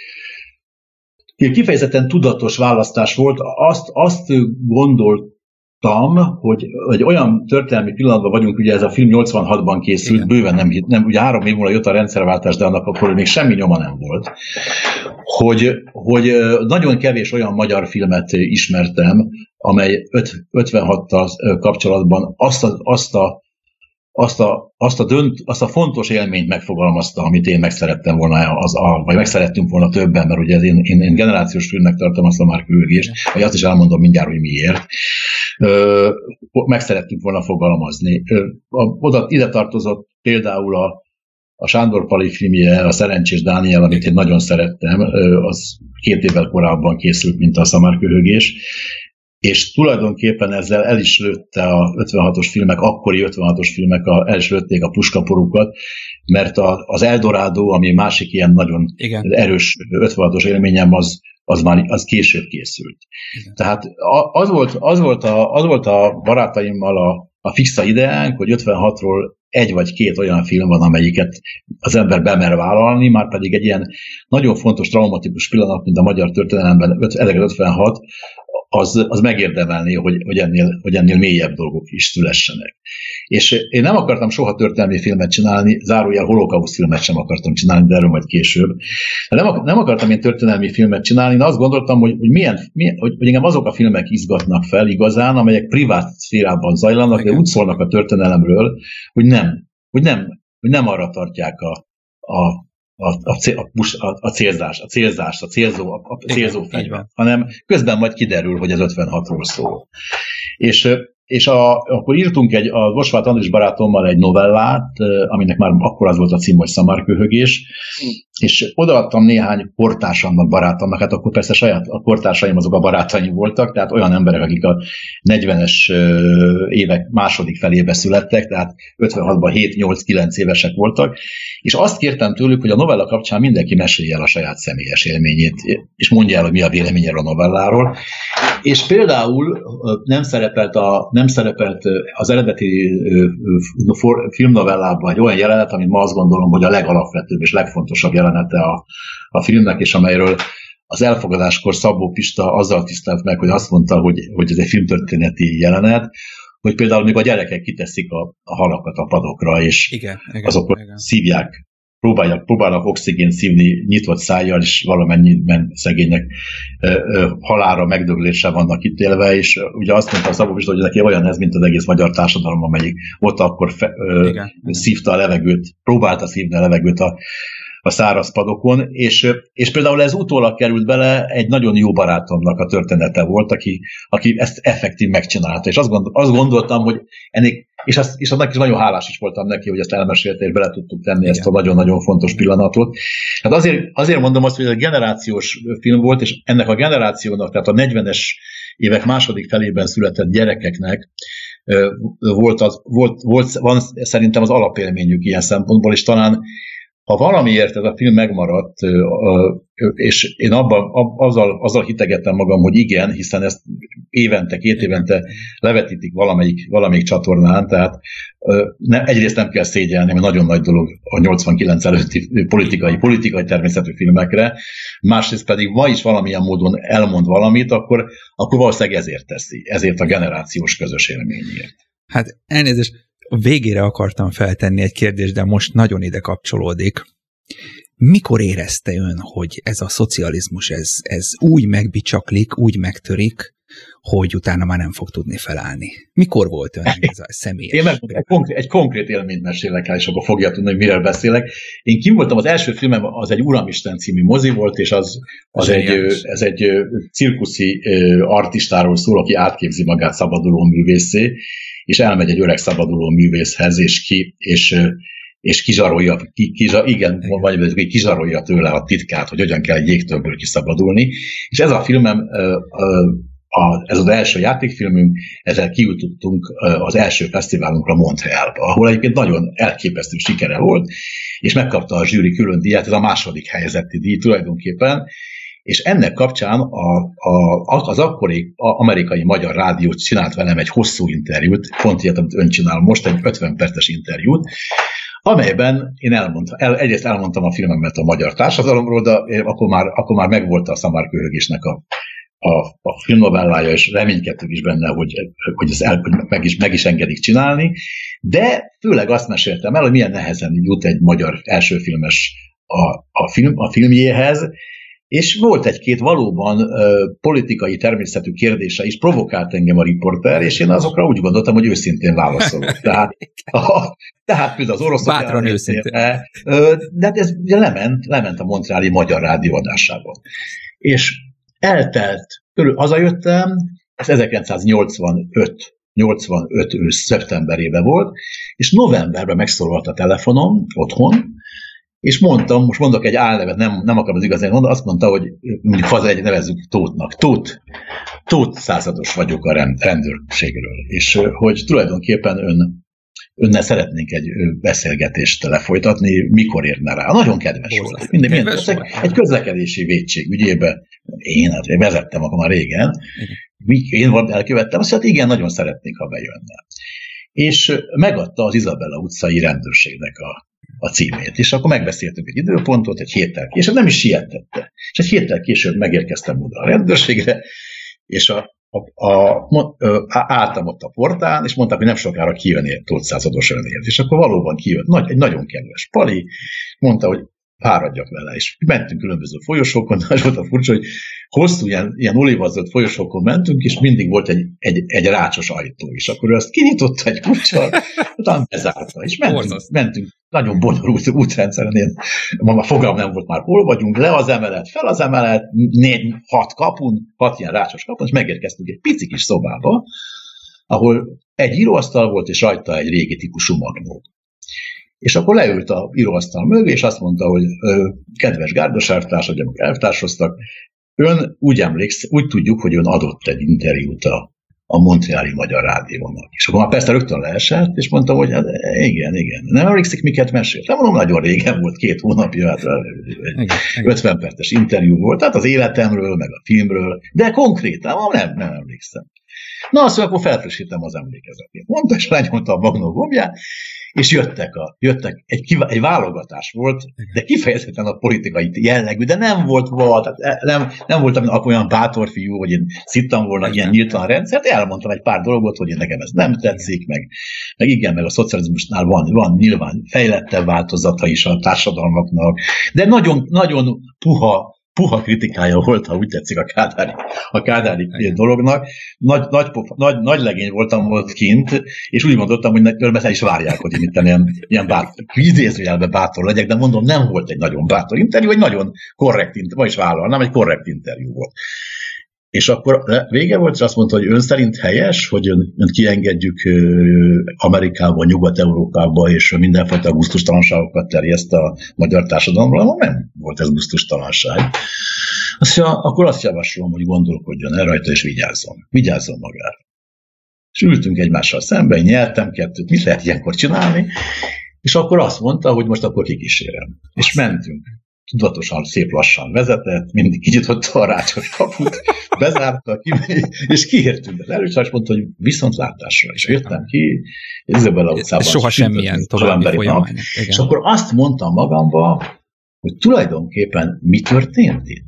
kifejezetten tudatos választás volt. Azt, azt gondoltam, hogy egy olyan történelmi pillanatban vagyunk, ugye ez a film nyolcvanhatban készült, igen. bőven nem, nem, ugye három év múlva jött a rendszerváltás, de annak akkor még semmi nyoma nem volt, hogy, hogy nagyon kevés olyan magyar filmet ismertem, amely ötvenhattal kapcsolatban azt a, azt a, azt a, azt a, dönt, azt a fontos élményt megfogalmazta, amit én megszerettem volna, az a, vagy megszerettünk volna többen, mert ugye én, én, én generációs filmnek tartom azt a márkülögést, vagy azt is elmondom mindjárt, hogy miért. Ö, megszerettünk volna fogalmazni. Ö, a, oda ide tartozott például a, a Sándor Pali filmje, a Szerencsés Dániel, amit én nagyon szerettem, ö, az két évvel korábban készült, mint a szamárköhögés, és tulajdonképpen ezzel el is lőtte a ötvenhatos filmek, akkori ötvenhatos filmek a, el is lőtték a puskaporukat, mert a, az Eldorado, ami másik ilyen nagyon igen. erős ötvenhatos élményem, az, az már az később készült. Igen. Tehát az volt, az, volt a, az volt a barátaimmal a, a fixa ideánk, hogy ötvenhatról egy vagy két olyan film van, amelyiket az ember bemer vállalni, már pedig egy ilyen nagyon fontos, traumatikus pillanat, mint a magyar történelemben ezerkilencszázötvenhat, az, az megérdemelné, hogy, hogy, ennél, hogy ennél mélyebb dolgok is szülessenek. És én nem akartam soha történelmi filmet csinálni, zárójel holokauszt filmet sem akartam csinálni, de erről majd később. De nem, nem akartam én történelmi filmet csinálni, én azt gondoltam, hogy, hogy, milyen, milyen, hogy, hogy engem azok a filmek izgatnak fel igazán, amelyek privát szférában zajlanak, de úgy szólnak a történelemről, hogy nem, hogy nem, hogy nem arra tartják a, a A, a, a, a célzás, a célzás, a célzó, a, a célzó fegyver, hanem közben majd kiderül, hogy ez ötvenhatról szól. És, és a, akkor írtunk egy, a Gosváth Andris barátommal egy novellát, aminek már akkor az volt a cím, hogy Szamárköhögés, és odaadtam néhány kortársamnak, barátomnak, hát akkor persze saját a kortársaim azok a barátaim voltak, tehát olyan emberek, akik a negyvenes évek második felébe születtek, tehát ötvenhatban hét-nyolc-kilenc évesek voltak, és azt kértem tőlük, hogy a novella kapcsán mindenki mesélje el a saját személyes élményét, és mondja el, hogy mi a véleménye a novelláról. És például nem szerepelt, a, nem szerepelt az eredeti filmnovellában egy olyan jelenet, amit ma azt gondolom, hogy a legalapvetőbb és legfontosabb jelenete a, a filmnek, és amelyről az elfogadáskor Szabó Pista azzal tisztelt meg, hogy azt mondta, hogy, hogy ez egy filmtörténeti jelenet, hogy például még a gyerekek kiteszik a, a halakat a padokra, és igen, azok igen. szívják, próbálják, próbálnak oxigént szívni nyitott szájjal, és valamennyiben szegénynek ö, ö, halálra, megdöglésre vannak ítélve, és ugye azt mondta a Szabó Pista, hogy neki olyan ez, mint az egész magyar társadalom, amelyik ott akkor fe, ö, igen, szívta a levegőt, próbálta szívni a levegőt a a száraz padokon, és, és például ez utólag került bele, egy nagyon jó barátomnak a története volt, aki, aki ezt effektív megcsinálta, és azt, gondol, azt gondoltam, hogy ennél, és, azt, és annak is nagyon hálás is voltam neki, hogy ezt elmesélte, és bele tudtuk tenni igen. ezt a nagyon-nagyon fontos pillanatot. Hát azért, azért mondom azt, hogy ez egy generációs film volt, és ennek a generációnak, tehát a negyvenes évek második felében született gyerekeknek volt, az, volt, volt van szerintem az alapélményük ilyen szempontból, és talán ha valamiért ez a film megmaradt, és én abban, azzal, azzal hitegettem magam, hogy igen, hiszen ezt évente, két évente levetítik valamelyik, valamelyik csatornán, tehát ne, egyrészt nem kell szégyelni, mert nagyon nagy dolog a nyolcvankilenc előtti politikai, politikai természetű filmekre, másrészt pedig ma is valamilyen módon elmond valamit, akkor, akkor valószínűleg ezért teszi, ezért a generációs közös élményért. Hát elnézést, végére akartam feltenni egy kérdést, de most nagyon ide kapcsolódik. Mikor érezte ön, hogy ez a szocializmus, ez, ez úgy megbicsaklik, úgy megtörik, hogy utána már nem fog tudni felállni? Mikor volt ön ez a személyes? Én meg egy konkrét, egy konkrét élményt mesélek el, és akkor fogja tudni, hogy miről beszélek. Én kim voltam, az első filmem az egy Uramisten című mozi volt, és az, az egy, ez egy cirkuszi artistáról szól, aki átképzi magát szabaduló művészé, és elmegy egy öreg szabaduló művészhez, és, ki, és, és kizsarolja, ki, kizsa, igen, vagy kizsarolja tőle a titkát, hogy hogyan kell egy jégtömből kiszabadulni. És ez a filmem, ez az első játékfilmünk, ezzel kijutottunk az első fesztiválunkra Montrealba, ahol egyébként nagyon elképesztő sikere volt, és megkapta a zsűri külön díjat, ez a második helyezeti díj tulajdonképpen, és ennek kapcsán a, a, az akkori amerikai magyar rádió csinált velem egy hosszú interjút, pont ilyet, amit ön csinál most, egy ötven perces interjút, amelyben én elmondtam, el, egyrészt elmondtam a filmemet a magyar társadalomról, de akkor már, akkor már megvolt a Szamárköhögésnek a, a, a filmnovellája, és reménykedtünk is benne, hogy, hogy ezt el, meg, is, meg is engedik csinálni, de főleg azt meséltem el, hogy milyen nehezen jut egy magyar elsőfilmes a, a, film, a filmjéhez, és volt egy-két valóban uh, politikai természetű kérdése is, provokált engem a riporter, és én azokra úgy gondoltam, hogy őszintén válaszolok. Tehát, a, tehát például az oroszok... Bátran őszintén. Uh, de hát ez lement, lement a montreali magyar rádióadásában. És eltelt, körül hazajöttem, ez ezerkilencszáznyolcvanöt nyolcvanöt ősz szeptemberében volt, és novemberben megszólalt a telefonom otthon, és mondtam, most mondok egy álnevet, nem, nem akarom az igazán mondani, azt mondta, hogy mondjuk haza egy nevezzük Tóthnak. Tóth, Tóth százados vagyok a rend, rendőrségről, és hogy tulajdonképpen ön, önnel szeretnénk egy beszélgetést lefolytatni, mikor érne rá. Nagyon kedves Hozzá. volt. Minden, minden, volt. Egy közlekedési vétség ügyében, én, hát én vezettem akkor már régen, én elkövettem, azt mondta, igen, nagyon szeretnék, ha bejönne. És megadta az Izabella utcai rendőrségnek a a címét. És akkor megbeszéltünk egy időpontot, egy héttel később, nem is sietette. És egy héttel később megérkeztem oda a rendőrségre, és a, a, a, a, álltam ott a portán, és mondták, hogy nem sokára kijön egy kétszázados önért. És akkor valóban kijön. Nagy, egy nagyon kedves pali, mondta, hogy fáradjak vele, és mentünk különböző folyosókon, és volt a furcsa, hogy hosszú ilyen, ilyen olívazott folyosókon mentünk, és mindig volt egy, egy, egy rácsos ajtó, és akkor ő azt kinyitotta egy kulccsal, utána bezárta, és mentünk, mentünk nagyon bonyolult útrendszeren, én ma fogalm nem volt már, hol vagyunk, le az emelet, fel az emelet, négy, hat kapun, hat ilyen rácsos kapun, és megérkeztünk egy pici kis szobába, ahol egy íróasztal volt, és rajta egy régi típusú magnó. És akkor leült a íróasztal mögé, és azt mondta, hogy kedves Gárdosártárs, hogy amikor elvtársoztak, ön úgy emléksz, úgy tudjuk, hogy ön adott egy interjút a, a Montreali Magyar Rádiónak. És akkor már persze rögtön leesett, és mondtam, hogy hát, igen, igen. Nem emlékszik, miket meséltem? Mondom, nagyon régen volt, két hónapja, hát ötven perces interjú volt, tehát az életemről, meg a filmről, de konkrétan nem, nem emlékszem. Na, azt mondja, akkor felfrissítem az emlékezetét. Mondta, és lenyomta a magnó gombját, és jöttek, a, jöttek egy, kiva, egy válogatás volt, de kifejezetten a politikai jellegű, de nem volt val, tehát nem, nem voltam olyan bátor fiú, hogy én szittam volna ilyen nyíltan a rendszert, elmondtam egy pár dolgot, hogy nekem ez nem tetszik, meg, meg igen, meg a szocializmusnál van, van nyilván fejlettebb változata is a társadalmaknak, de nagyon, nagyon puha, puha kritikája volt, ha úgy tetszik, a kádári, a kádári dolognak. Nagy, nagy, nagy, nagy legény voltam volt kint, és úgy gondoltam, hogy el is várják, hogy én ilyen, ilyen bátor, idézőjelben bátor legyek, de mondom, nem volt egy nagyon bátor interjú, egy nagyon korrekt interjú, ma is vállalnám, egy korrekt interjú volt. És akkor vége volt, és azt mondta, hogy ön szerint helyes, hogy ön, ön kiengedjük Amerikába, Nyugat-Európába, és mindenfajta gusztustalanságokat terjeszt a magyar társadalomra. Nem volt ez gusztustalanság. Azt mondja, akkor azt javaslom, hogy gondolkodjon el rajta, és vigyázzon. Vigyázzon magára. És ültünk egymással szemben, nyeltem kettőt, mit lehet ilyenkor csinálni, és akkor azt mondta, hogy most akkor kikísérem. És mentünk. Tudatosan, szép lassan vezetett, mindig kinyitotta a rácsos kaput, bezárta, ki, és kiértünk az előtt, és mondta, hogy viszontlátásra. És jöttem ki, Izabella utcában. Soha semmilyen további folyamány. És akkor azt mondtam magamba, hogy tulajdonképpen mi történt itt?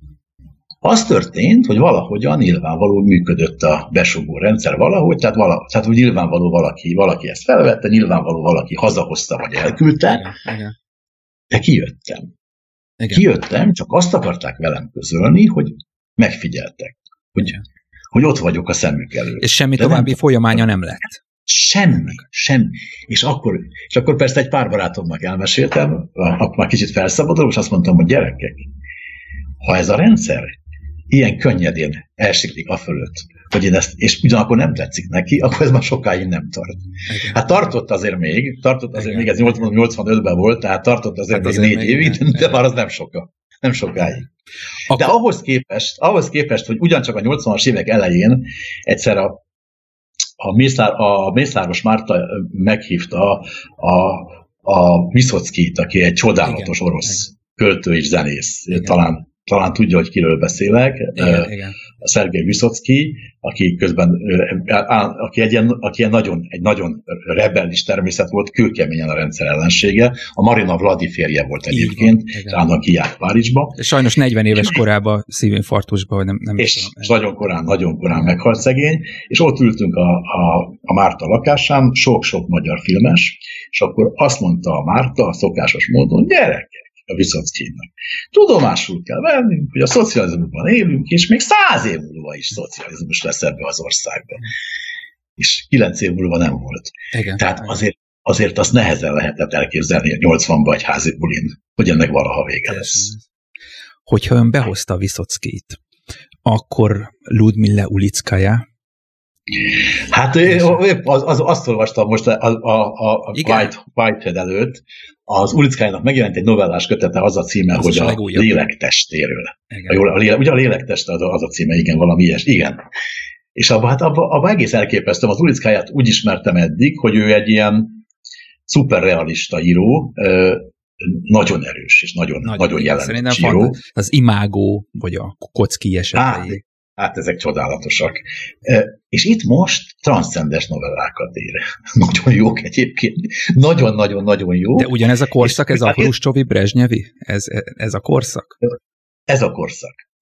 Az történt, hogy valahogyan nyilvánvaló működött a besugó rendszer valahogy, tehát, vala, tehát hogy nyilvánvaló valaki, valaki ezt felvette, nyilvánvaló valaki hazahozta, vagy elküldte, igen, igen. De kijöttem. Igen. Kijöttem, csak azt akarták velem közölni, hogy megfigyeltek, hogy, hogy ott vagyok a szemük előtt. És semmi de további nem, folyamánya nem lett. Semmi, semmi. És akkor, és akkor persze egy pár barátomnak elmeséltem, akkor már kicsit felszabadulok, és azt mondtam, hogy gyerekek, ha ez a rendszer ilyen könnyedén elsiklik a fölött, hogy én ezt, és ugyanakkor nem tetszik neki, akkor ez már sokáig nem tart. Igen. Hát tartott azért még, tartott azért igen. még, ez nyolcvanötben volt, tehát tartott azért hát még azért négy évig, de igen. már az nem soka. Nem sokáig. Akkor... De ahhoz képest, ahhoz képest, hogy ugyancsak a nyolcvanas évek elején egyszer a, a, Mészár, a Mészáros Márta meghívta a, a, a Viszockit, aki egy csodálatos igen. orosz igen. költő és zenész. Igen. Talán Talán tudja, hogy kiről beszélek. Igen, uh, igen. A Szergej Viszocki, aki közben uh, aki egy ilyen, aki ilyen nagyon, egy nagyon rebellis természet volt, kőkeményen a rendszer ellensége. A Marina Vladi férje volt egyébként, talán kijárt Párizsba. Sajnos negyven éves korában szívinfarktusban, vagy nem, nem És tudom. nagyon korán, nagyon korán igen. meghalt szegény, és ott ültünk a, a, a Márta lakásán, sok-sok magyar filmes, és akkor azt mondta a Márta a szokásos módon, gyerekek, a Viszockinak. Tudomásul kell vennünk, hogy a szocializmusban élünk, és még száz év múlva is szocializmus lesz ebbe az országban. És kilenc év múlva nem volt. Igen, Tehát igen. azért, azért azt nehezen lehetett elképzelni a nyolcvanban egy házi bulin, hogy ennek valaha vége lesz. Hogyha ön behozta a Viszockit, akkor Ludmilla Ulickaja. Hát az, az, azt olvastam most a, a, a White, Whitehead előtt, az Ulickájának megjelent egy novellás kötete, az a címe, az hogy a, a lélektestéről. A, a lélek, ugye a lélektest az a, az a címe, igen, valami ilyes, igen. És abban hát abba, abba egész elképesztem, az Ulickáját úgy ismertem eddig, hogy ő egy ilyen szuperrealista író, nagyon erős, és nagyon, nagyon, nagyon jelentős író. Az imágó, vagy a Kocki esetei. Hát ezek csodálatosak. És itt most transzcendes novellákat ír. Nagyon jók egyébként. Nagyon-nagyon-nagyon jó. De ugyanez a korszak, ez a Hruscsovi, Brezsnyevi? Ez, ez a korszak? Ez a korszak.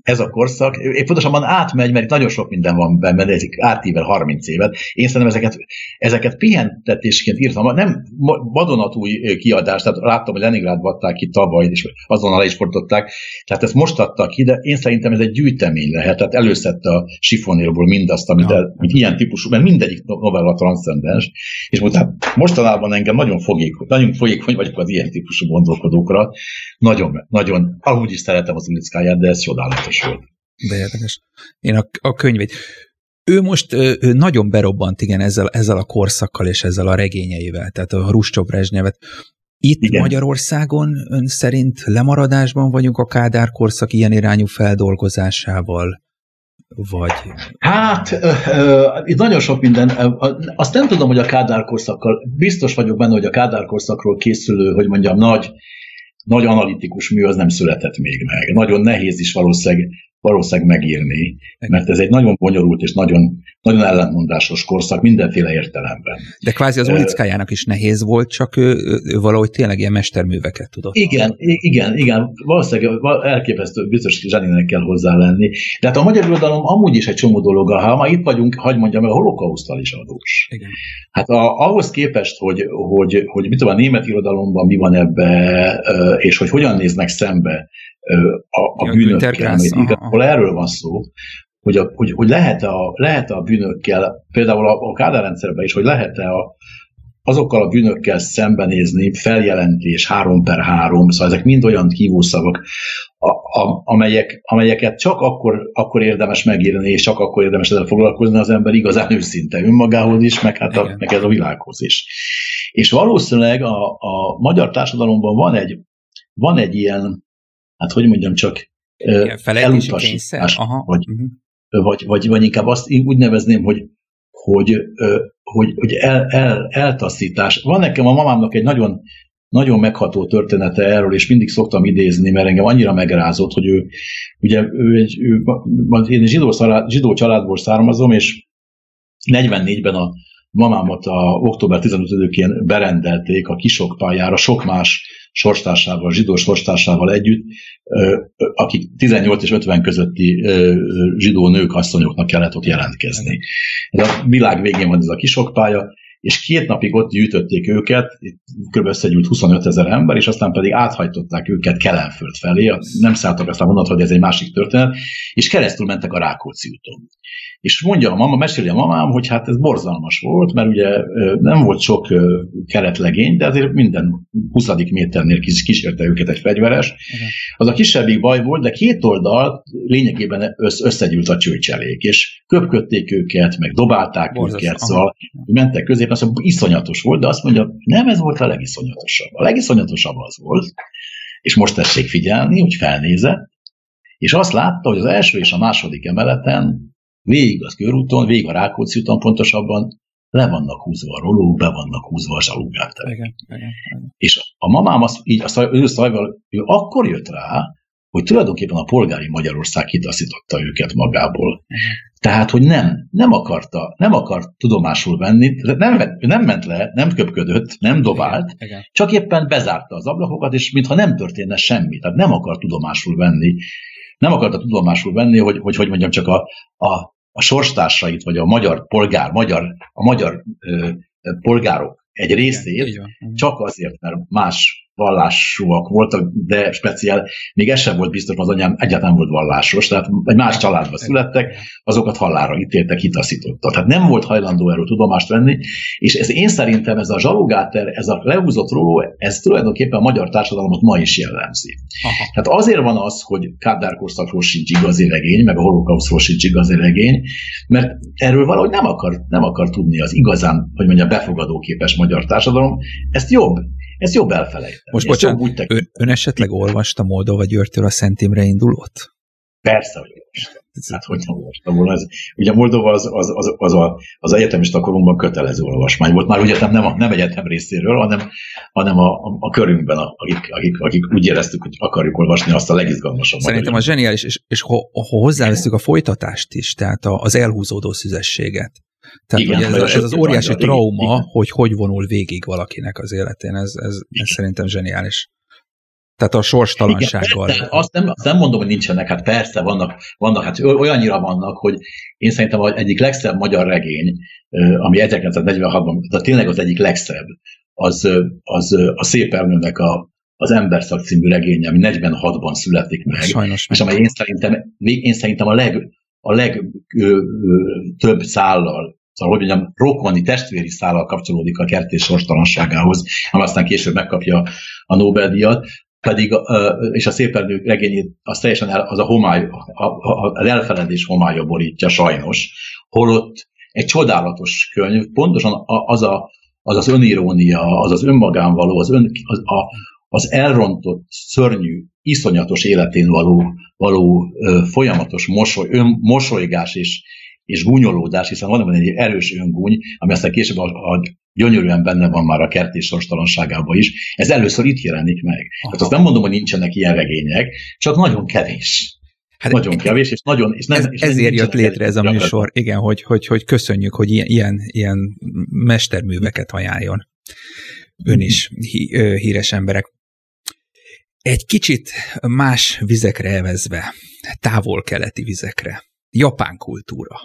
ez a korszak, épp pontosabban átmegy, mert itt nagyon sok minden van benne, ez átível harminc évet. Én szerintem ezeket, ezeket pihentetésként írtam, nem vadonatúj kiadás, tehát láttam, hogy Leningrádba adták ki tavaly, és azonnal le is fordították, tehát ezt most adtak ki, de én szerintem ez egy gyűjtemény lehet, tehát előszedte a sifonérból mindazt, amit, ja. el, amit ilyen típusú, mert mindegyik novella transzcendens, és mostanában engem nagyon fogékony, nagyon fogékony vagyok az ilyen típusú gondolkodókra, nagyon, nagyon, amúgy is szeretem az Ulickáját, de ez csodálatos volt. De érdekes. Én a, a könyvét. Ő most ő nagyon berobbant, igen, ezzel, ezzel a korszakkal és ezzel a regényeivel, tehát a Hruscsov-Brezsnyevet. Itt igen. Magyarországon ön szerint lemaradásban vagyunk a Kádár korszak ilyen irányú feldolgozásával? Vagy... Hát, itt nagyon sok minden. Azt nem tudom, hogy a Kádár korszakkal, biztos vagyok benne, hogy a Kádár korszakról készülő, hogy mondjam, nagy, nagy analitikus mű az nem született még meg. Nagyon nehéz is valószínűleg, valószínűleg megírni, mert ez egy nagyon bonyolult és nagyon, nagyon ellentmondásos korszak mindenféle értelemben. De kvázi az Ulickájának is nehéz volt, csak ő, ő valahogy tényleg ilyen mesterműveket tudott. Igen, igen, igen, valószínűleg elképesztő, biztos, hogy zseninek kell hozzá lenni. De hát a magyar irodalom amúgy is egy csomó dologgal, ha ma itt vagyunk, hagyd mondjam meg, a holokauszttal is adós. Igen. Hát a, ahhoz képest, hogy, hogy, hogy mit tudom, a német irodalomban mi van ebbe, és hogy hogyan néznek szembe a, a bűnökkel, igazából erről van szó, hogy, a, hogy, hogy lehet, a, lehet a bűnökkel, például a, a Kádár rendszerben is, hogy lehet-e a, azokkal a bűnökkel szembenézni, feljelentés, három per három, szóval ezek mind olyan kívószavak, a, a, amelyek, amelyeket csak akkor, akkor érdemes megírni, és csak akkor érdemes ezzel foglalkozni, az ember igazán őszinte önmagához is, meg, hát a, meg ez a világhoz is. És valószínűleg a, a magyar társadalomban van egy, van egy ilyen, hát hogy mondjam csak, elutasítás, vagy, uh-huh. vagy, vagy, vagy inkább azt úgy nevezném, hogy, hogy, hogy, hogy el, el, eltaszítás. Van nekem a mamámnak egy nagyon, nagyon megható története erről, és mindig szoktam idézni, mert engem annyira megrázott, hogy ő, ugye, ő egy, ő, én zsidó, zsidó családból származom, és negyvennégyben a mamámat a október tizenötödikén berendelték a Kisokpályára, sok más sorstársával, zsidó sorstársával együtt, akik tizennyolc és ötven közötti zsidó nők, asszonyoknak kellett ott jelentkezni. Ez a világ végén van ez a Kisokpálya, és két napig ott gyűjtötték őket, kb. Összegyűlt huszonöt ezer ember, és aztán pedig áthajtották őket Kelenföld felé, nem szálltak aztán vonat, hogy ez egy másik történet, és keresztül mentek a Rákóczi úton. És mondja a mama, meséli a mamám, hogy hát ez borzalmas volt, mert ugye nem volt sok keretlegény, de azért minden huszadik méternél kísérte őket egy fegyveres. Az a kisebbik baj volt, de két oldal lényegében összegyűlt a csőcselék, és köpködték őket, meg dobálták Borzas, őket, aha. Szóval mentek középen, azt mondja, iszonyatos volt, de azt mondja, nem ez volt a legiszonyatosabb. A legiszonyatosabb az volt, és most tessék figyelni, hogy felnézett, és azt látta, hogy az első és a második emeleten végig az körúton, végig a Rákóczi úton pontosabban le vannak húzva a rolók, be vannak húzva a zsalugárterek. És a mamám azt, így a szaj, ő szajval, ő akkor jött rá, hogy tulajdonképpen a polgári Magyarország kitaszította őket magából. Igen. Tehát, hogy nem, nem akarta, nem akart tudomásul venni, nem, nem ment le, nem köpködött, nem dobált, Igen. csak éppen bezárta az ablakokat, és mintha nem történne semmi. Tehát nem akart tudomásul venni, nem akarta tudomásul venni, hogy, hogy, hogy mondjam, csak a, a, a sorstársait, vagy a magyar polgár, magyar, a magyar ö, polgárok egy részét, Igen, csak azért, mert más vallásúak voltak, de speciál, még ez sem volt biztos, az anyám egyáltalán volt vallásos, tehát egy más családba születtek, azokat halálra ítéltek, kitaszította. Tehát nem volt hajlandó erről tudomást venni, és ez én szerintem ez a zsalugáter, ez a lehúzott róló, ez tulajdonképpen a magyar társadalmat ma is jellemzi. Aha. Tehát azért van az, hogy Kádár korszakról sincs igazi regény, meg a holokausztról sincs igazi regény, mert erről valahogy nem akar, nem akar tudni az igazán, hogy mondja, befogadóképes magyar társadalom, ezt jobb. Ez jobb elfelejteni. Most bocsánat, ön, ön esetleg olvasta Moldova Györgytől a Szent Imre indulót? Persze, hogy olvastam. Hát, hogy nem olvastam volna. Ez, ugye Moldova az, az, az, az, a, az egyetemista korunkban kötelező olvasmány volt. Már ugye nem, a, nem egyetem részéről, hanem, hanem a, a, a körünkben, a, akik, akik, akik úgy éreztük, hogy akarjuk olvasni azt a legizgalmasabb. Szerintem az zseniális, és, és ha, ha hozzáveszünk a folytatást is, tehát az elhúzódó szüzességet. Tehát igen, ez, ez az óriási van, trauma, igen. hogy hogy vonul végig valakinek az életén, ez, ez, ez szerintem zseniális. Tehát a sorstalansággal. Igen, azt, nem, azt nem mondom, hogy nincsenek, hát persze vannak, vannak, hát olyannyira vannak, hogy én szerintem az egyik legszebb magyar regény, ami ezerkilencszáznegyvenhatban, de tényleg az egyik legszebb, az, az a Szép Ernőnek a, az Emberszak című regénye, ami negyvenhatban születik meg. Sajnos és amely én szerintem, én szerintem a leg, a legtöbb szállal, szóval, hogy mondjam, rokoni, testvéri szállal kapcsolódik a Kertész sorstalanságához, ami aztán később megkapja a Nobel-díjat, pedig, és a Szép Ernő regényét az teljesen el, az a homály, az elfeledés homályja borítja sajnos, holott egy csodálatos könyv, pontosan az a, az, az önirónia, az az önmagán való, az, ön, az, a, az elrontott, szörnyű, iszonyatos életén való, való folyamatos mosoly, ön, mosolygás és, és gúnyolódás, hiszen van egy erős öngúny, ami aztán később a, a gyönyörűen benne van már a Kertész sorstalanságában is. Ez először itt jelenik meg. Tehát azt nem mondom, hogy nincsenek ilyen regények, csak nagyon kevés. Hát nagyon kevés, és nagyon... És nem, ez, és ezért jött létre ez a műsor, igen, hogy, hogy, hogy köszönjük, hogy ilyen, ilyen, ilyen mesterműveket ajánljon. Ön is hí, híres emberek. Egy kicsit más vizekre evezve, távol-keleti vizekre. Japán kultúra.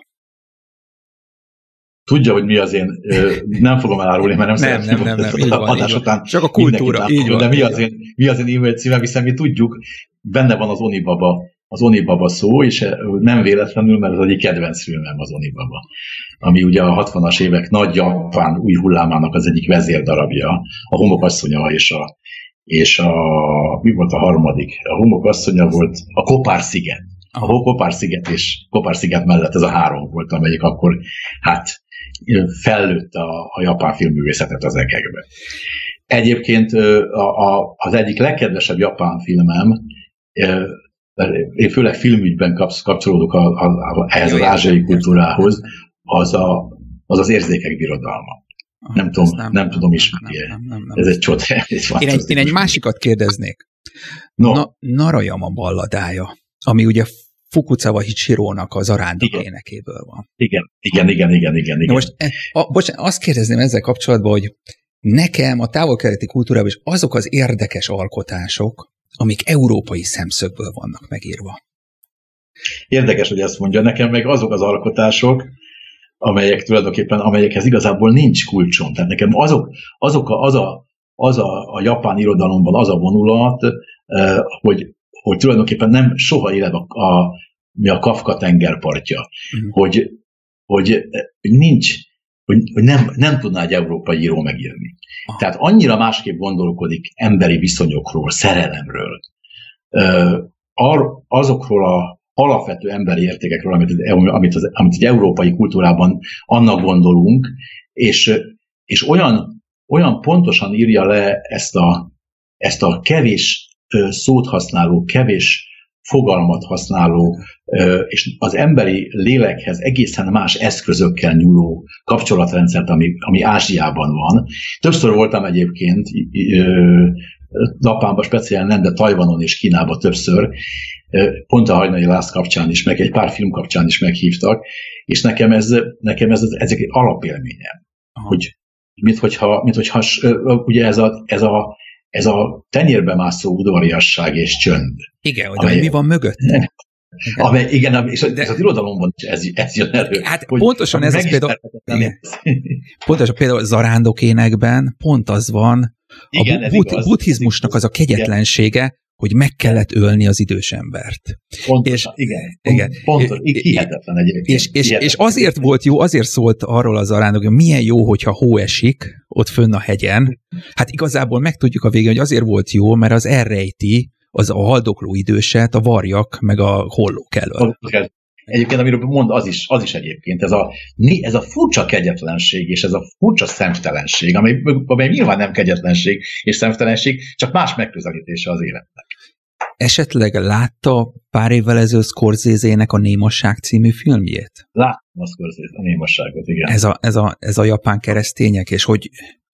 Tudja, hogy mi az én, nem fogom elárulni, mert nem, nem szeretném, nem, nem, nem, így van, adás így után csak a kultúra, így van, de mi az, én, mi az én e-mail címem, hiszen mi tudjuk, benne van az Onibaba, az Onibaba szó, és nem véletlenül, mert az egyik kedvenc filmem az Onibaba, ami ugye a hatvanas évek nagy japán új hullámának az egyik vezérdarabja, a Homokasszonya és a, és a, mi volt a harmadik? A Homokasszonya volt a Kopár-sziget. A Kopár-sziget és Kopár-sziget mellett ez a három volt, amelyik akkor hát fellőtt a, a japán filmművészetet az egekbe. Egyébként a, a, az egyik legkedvesebb japán filmem, én főleg filmügyben kapsz, kapcsolódok a, a, a, ehhez az ázsiai kultúrához, az, a, az az Érzékek birodalma. Nem tudom, nem, nem tudom ismerni. Nem, nem, nem. Ez egy csodás. Én egy, én egy másikat kérdeznék. No. Na, Narayama balladája, ami ugye Fukuzawa Hichirónak az Zarándok énekéből van. Igen, igen, igen, igen, igen. igen. Na most, a, bocsánat, azt kérdezném ezzel kapcsolatban, hogy nekem a távol-keleti kultúrában is azok az érdekes alkotások, amik európai szemszögből vannak megírva. Érdekes, hogy ezt mondja. Nekem meg azok az alkotások, amelyek tulajdonképpen, amelyekhez igazából nincs kulcsom. Tehát nekem azok, azok a, az, a, az a, a japán irodalomban az a vonulat, hogy, hogy tulajdonképpen nem soha életben a, a, mi a Kafka tengerpartja, mm. hogy, hogy nincs, hogy, hogy nem, nem tudná egy európai író megírni. Ah. Tehát annyira másképp gondolkodik emberi viszonyokról, szerelemről, azokról a alapvető emberi értékekről, amit, amit, az, amit egy európai kultúrában annak gondolunk, és, és olyan, olyan pontosan írja le ezt a, ezt a kevés szót használó, kevés fogalmat használó, és az emberi lélekhez egészen más eszközökkel nyúló kapcsolatrendszert, ami, ami Ázsiában van. Többször voltam egyébként Japánban, speciál nem, de Tajvanon és Kínában többször, pont a Hajnai László kapcsán is, meg egy pár film kapcsán is meghívtak, és nekem ez, nekem ez, ez egy alapélményem, hogy mint hogyha, mint hogyha ugye ez a, ez a, ez a tenyérbe mászó udvariasság és csönd. Igen, hogy amely, mi van mögött? Igen, amely, igen és, de, és az irodalomban is ez, ez jön elő. Hát hogy, pontosan ez az például, igen, pontosan például Zarándok énekben pont az van, igen, a bu- buddhizmusnak az a kegyetlensége, hogy meg kellett ölni az idős embert. Pontosan, és, igen. igen. Pontos, hihetetlen egyébként. És, és, és azért volt jó, azért szólt arról az Zarándok, hogy milyen jó, hogyha hó esik ott fönn a hegyen. Hát igazából megtudjuk a végén, hogy azért volt jó, mert az elrejti az a haldokló időset, a varjak, meg a hollók elől. Egyébként, amiről mond, az is, az is egyébként, ez a, ez a furcsa kegyetlenség, és ez a furcsa szemtelenség, amely, amely nyilván nem kegyetlenség és szemtelenség, csak más megközelítése az életnek. Esetleg látta pár évvel ezelőtt Scorsese-nek a Némosság című filmjét? Láttam a Scorsese, a Némosságot, igen. Ez a, ez, a, ez a japán keresztények, és hogy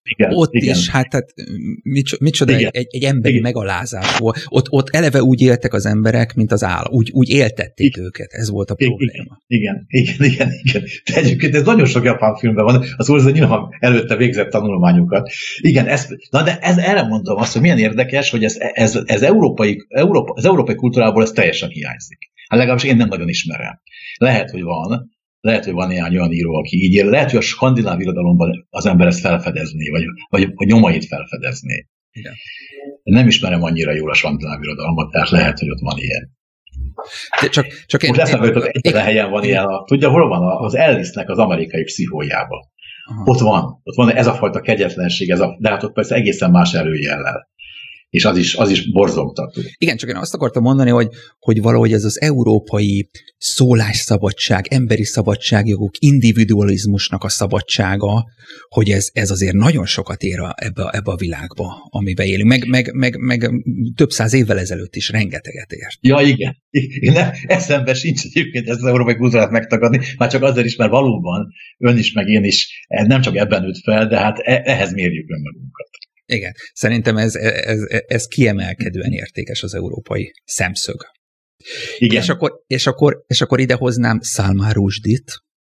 Igen, ott igen. is, hát tehát, micsoda igen. egy, egy emberi igen. megalázás volt. Ott, ott eleve úgy éltek az emberek, mint az állat. Úgy, úgy éltették igen. őket. Ez volt a probléma. Igen, igen, igen. igen. De egyébként ez nagyon sok japán filmben van. Az Urza nyilván előtte végzett tanulmányokat. Igen, ez, na de ez, erre mondtam azt, hogy milyen érdekes, hogy ez, ez, ez európai, Európa, az európai kultúrából ez teljesen hiányzik. Hát legalábbis én nem nagyon ismerem. Lehet, hogy van, lehet, hogy van néhány olyan író, aki így él. Lehet, hogy a skandináv irodalomban az ember ezt felfedezné, vagy, vagy a nyomait felfedezné. Igen. Nem ismerem annyira jól a skandináv irodalomban, tehát lehet, hogy ott van ilyen. De csak, csak Most eszembe jutott, egyetlen helyen van ilyen, a, tudja, hol van? Az Ellisnek az Amerikai Pszichójában. Ott van, ott van ez a fajta kegyetlenség, ez a, de hát ott persze egészen más előjellel. És az is, az is borzongtató. Igen, csak én azt akartam mondani, hogy, hogy valahogy ez az európai szólásszabadság, emberi szabadságjogok, individualizmusnak a szabadsága, hogy ez, ez azért nagyon sokat ér a, ebbe, ebbe a világba, amiben élünk. Meg, meg, meg, meg több száz évvel ezelőtt is rengeteget ért. Ja, igen. Én nem, eszembe sincs egyébként ezt az európai kultúrát megtagadni, már csak azért is, mert valóban ön is, meg én is nem csak ebben nőtt fel, de hát ehhez mérjük önmagunkat. Igen, szerintem ez, ez, ez kiemelkedően értékes az európai szemszög. Igen. És akkor, és akkor, és akkor idehoznám Salman Rushdit.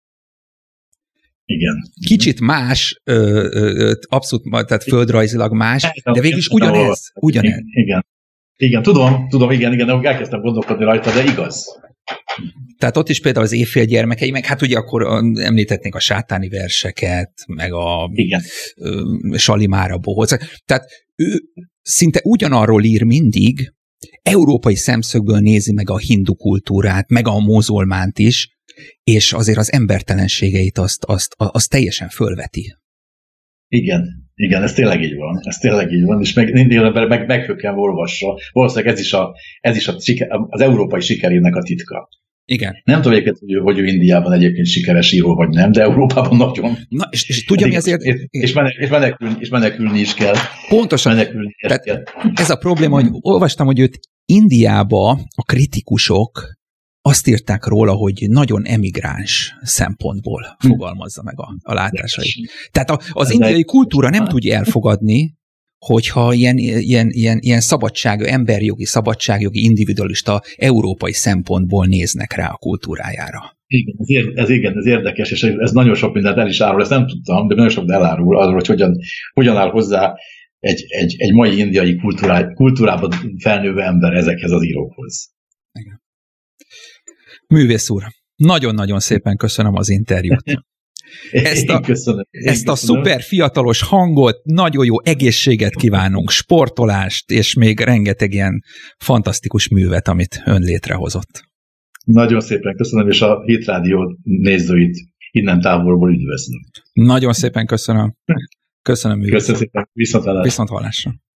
Igen. Kicsit más, ö, ö, abszolút, tehát földrajzilag más, de végülis ugyanez. ugyanez. Igen. Igen, tudom, tudom, igen, igen, elkezdtem gondolkodni rajta, de igaz. Tehát ott is például az Éjfél gyermekei, meg hát ugye akkor említetnénk a sátáni verseket, meg a igen. Salimára bohóc. Tehát ő szinte ugyanarról ír mindig, európai szemszögből nézi meg a hindu kultúrát, meg a muzulmánt is, és azért az embertelenségeit azt, azt, azt teljesen fölveti. Igen, igen, ez tényleg így van, ez tényleg így van, és meg, meg, meg, meghökken olvassa. Valószínűleg ez is, a, ez is a, az európai sikerének a titka. Igen. Nem tudom egyébként, hogy, hogy ő Indiában egyébként sikeres író, vagy nem, de Európában nagyon. Na, és, és tudja, mi azért... És, és, menek, és, menekülni, és menekülni is kell. Pontosan. Menekülni tehát kell. Ez a probléma, hogy olvastam, hogy őt Indiába a kritikusok azt írták róla, hogy nagyon emigráns szempontból hm. fogalmazza meg a, a látásait. Tehát a, az ez indiai kultúra nem tudja elfogadni, hogyha ilyen, ilyen, ilyen, ilyen szabadság, emberjogi, szabadságjogi, individualista európai szempontból néznek rá a kultúrájára. Igen, ez, ér, ez igen, ez érdekes, és ez nagyon sok mindent el is árul, ezt nem tudtam, de nagyon sok mindent elárul arról, hogy hogyan, hogyan áll hozzá egy, egy, egy mai indiai kultúrá, kultúrában felnőve ember ezekhez az írókhoz. Igen. Művész úr, nagyon-nagyon szépen köszönöm az interjút. Ezt a, köszönöm, ezt a szuper fiatalos hangot, nagyon jó egészséget kívánunk, sportolást, és még rengeteg ilyen fantasztikus művet, amit ön létrehozott. Nagyon szépen köszönöm, és a Hit Rádió nézőit innen távolból üdvözlöm. Nagyon szépen köszönöm. Köszönöm, művész. Köszönöm szépen, viszonthallásra. Viszonthallásra.